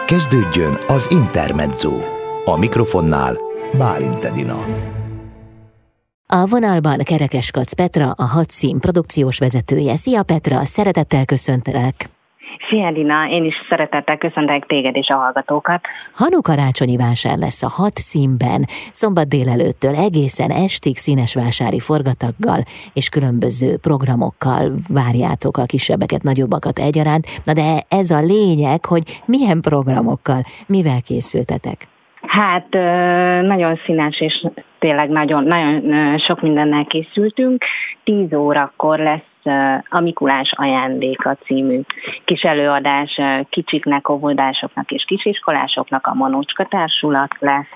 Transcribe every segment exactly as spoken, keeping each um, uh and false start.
Kezdődjön az Intermezzo. A mikrofonnál Bálint Edina. A vonalban Kerekes-Kac Petra, a Hadszín produkciós vezetője. Szia Petra, szeretettel köszöntelek! Szia Edina, én is szeretettel köszöntelek téged és a hallgatókat. Hanu-karácsonyi vásár lesz a Hadszínben, szombat délelőttől egészen estig színesvásári forgataggal és különböző programokkal várjátok a kisebbeket, nagyobbakat egyaránt. Na de ez a lényeg, hogy milyen programokkal, mivel készültetek? Hát nagyon színes és tényleg nagyon, nagyon sok mindennel készültünk. Tíz órakor lesz a Mikulás ajándéka című kis előadás kicsiknek, óvodásoknak és kisiskolásoknak, a Manócska Társulat lesz.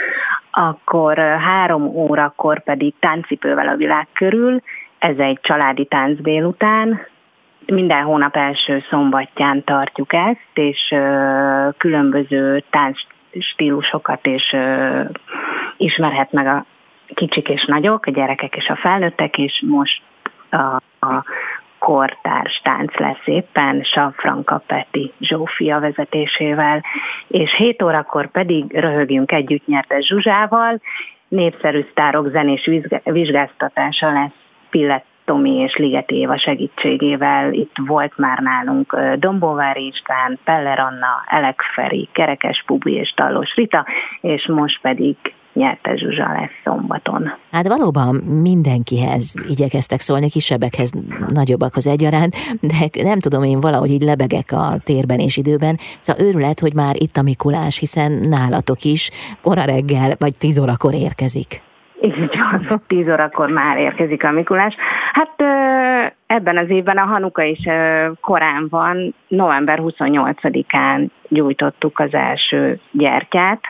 Akkor három órakor pedig Táncipővel a világ körül, ez egy családi tánc délután. Minden hónap első szombatján tartjuk ezt, és különböző tánc stílusokat és ismerhet meg a kicsik és nagyok, a gyerekek és a felnőttek, és most a, a kortárs tánc lesz éppen Safranka Peti Zsófia vezetésével, és hét órakor pedig röhögjünk együtt nyertes Zsuzsával, népszerű sztárok zenés vizsgáztatása lesz Pillet Tomi és Ligeti Éva segítségével. Itt volt már nálunk Dombóvári István, Peller Anna, Elek Feri, Kerekes Pubi és Tallos Rita, és most pedig Nyertes Zsuzsa lesz szombaton. Hát valóban mindenkihez igyekeztek szólni, kisebbekhez, nagyobbakhoz egyaránt, de nem tudom, én valahogy így lebegek a térben és időben. Szóval őrület, hogy már itt a Mikulás, hiszen nálatok is kora reggel vagy tíz órakor érkezik. Így van, tíz órakor már érkezik a Mikulás. Hát ebben az évben a Hanuka is korán van, november huszonnyolcadikán gyújtottuk az első gyertyát,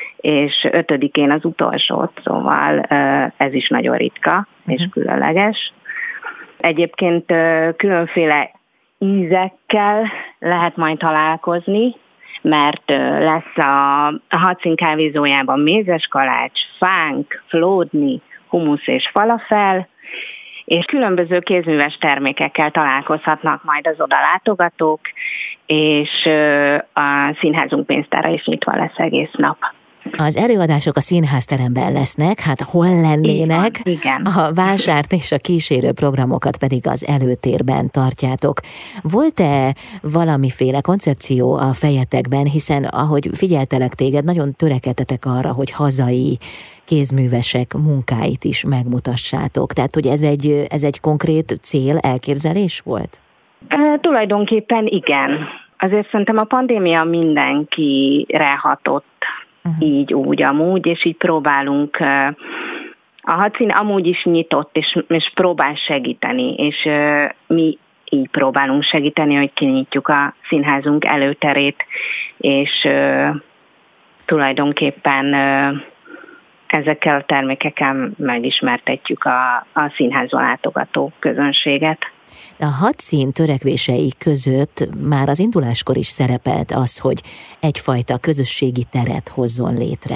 és ötödikén az utolsót, szóval ez is nagyon ritka uh-huh. és különleges. Egyébként különféle ízekkel lehet majd találkozni, mert lesz a, a Hadszín kávézójában mézes kalács, fánk, flódni, humusz és falafel, és különböző kézműves termékekkel találkozhatnak majd az oda látogatók, és a színházunk pénztára is nyitva lesz egész nap. Az előadások a színházteremben lesznek, hát hol lennének? Igen. A vásárt és a kísérő programokat pedig az előtérben tartjátok. Volt-e valamiféle koncepció a fejetekben, hiszen ahogy figyeltelek téged, nagyon törekedtetek arra, hogy hazai kézművesek munkáit is megmutassátok. Tehát, hogy ez egy, ez egy konkrét cél, elképzelés volt? E, tulajdonképpen igen. Azért szerintem a pandémia mindenkire hatott, Uh-huh. így, úgy, amúgy, és így próbálunk, a Hadszín amúgy is nyitott, és, és próbál segíteni, és uh, mi így próbálunk segíteni, hogy kinyitjuk a színházunk előterét, és uh, tulajdonképpen uh, ezekkel a termékekkel megismertetjük a, a színházon látogató közönséget. A Hadszín törekvései között már az induláskor is szerepelt az, hogy egyfajta közösségi teret hozzon létre.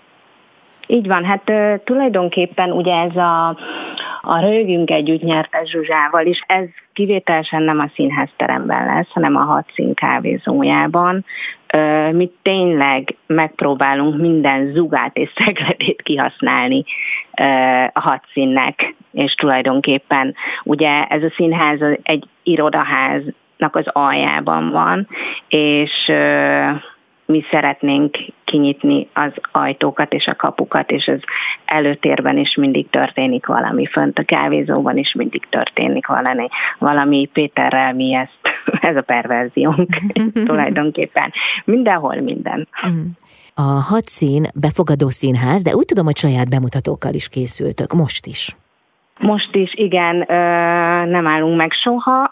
Így van, hát uh, tulajdonképpen ugye ez a, a Röhögjünk együtt nyertes Zsuzsával is, ez kivételesen nem a színházteremben lesz, hanem a Hadszín kávézójában. Uh, mi tényleg megpróbálunk minden zugát és szegletét kihasználni uh, a Hadszínnek, és tulajdonképpen ugye ez a színház egy irodaháznak az aljában van, és uh, mi szeretnénk kinyitni az ajtókat és a kapukat, és az előtérben is mindig történik valami, fönt a kávézóban is mindig történik valami, valami Péterrel mi ezt, ez a perverziónk tulajdonképpen. Mindenhol minden. A Hadszín befogadó színház, de úgy tudom, hogy saját bemutatókkal is készültök, most is. Most is, igen, ö, nem állunk meg soha.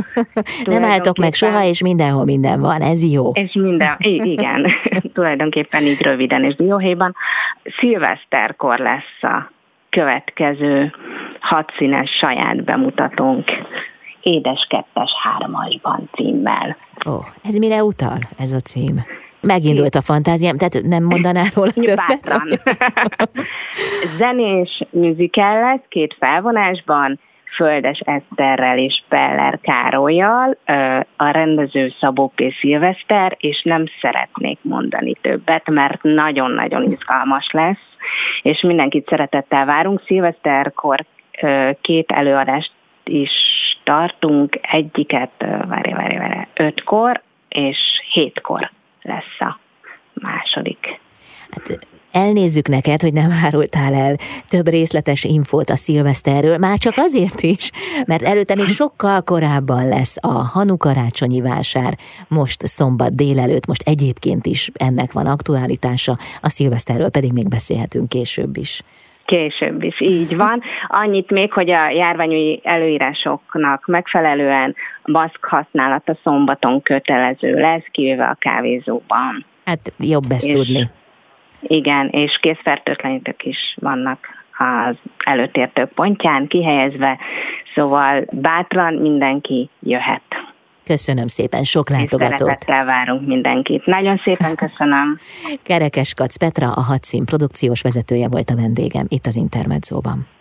Nem álltok meg soha, és mindenhol minden van, ez jó. És minden, igen, tulajdonképpen így röviden és dióhéjban. Szilveszterkor lesz a következő hadszínes saját bemutatónk, Édes kettes hármasban címmel. Ó, ez mire utal, ez a cím? Megindult a fantáziám, tehát nem mondanál róla többet? Zenés musical lesz, két felvonásban, Földes Eszterrel és Peller Károllyal, a rendező Szabó P. Szilveszter, és nem szeretnék mondani többet, mert nagyon-nagyon izgalmas lesz, és mindenkit szeretettel várunk. Szilveszterkor két előadást is tartunk, egyiket várj, várj, várj, ötkor és hétkor lesz a második. Hát elnézzük neked, hogy nem árultál el több részletes infót a szilveszterről, már csak azért is, mert előtte még sokkal korábban lesz a Hanukarácsonyi vásár, most szombat délelőtt, most egyébként is ennek van aktualitása, a szilveszterről pedig még beszélhetünk később is. Később is, így van. Annyit még, hogy a járványi előírásoknak megfelelően maszk használata szombaton kötelező lesz, kivéve a kávézóban. Hát jobb ezt és, tudni. Igen, és készfertőtlenítők is vannak az előtér több pontján kihelyezve, szóval bátran mindenki jöhet. Köszönöm szépen, sok látogatót. Szeretettel várunk mindenkit. Nagyon szépen köszönöm. Kerekes Kac Petra, a Hadszín produkciós vezetője volt a vendégem itt az Intermedzóban.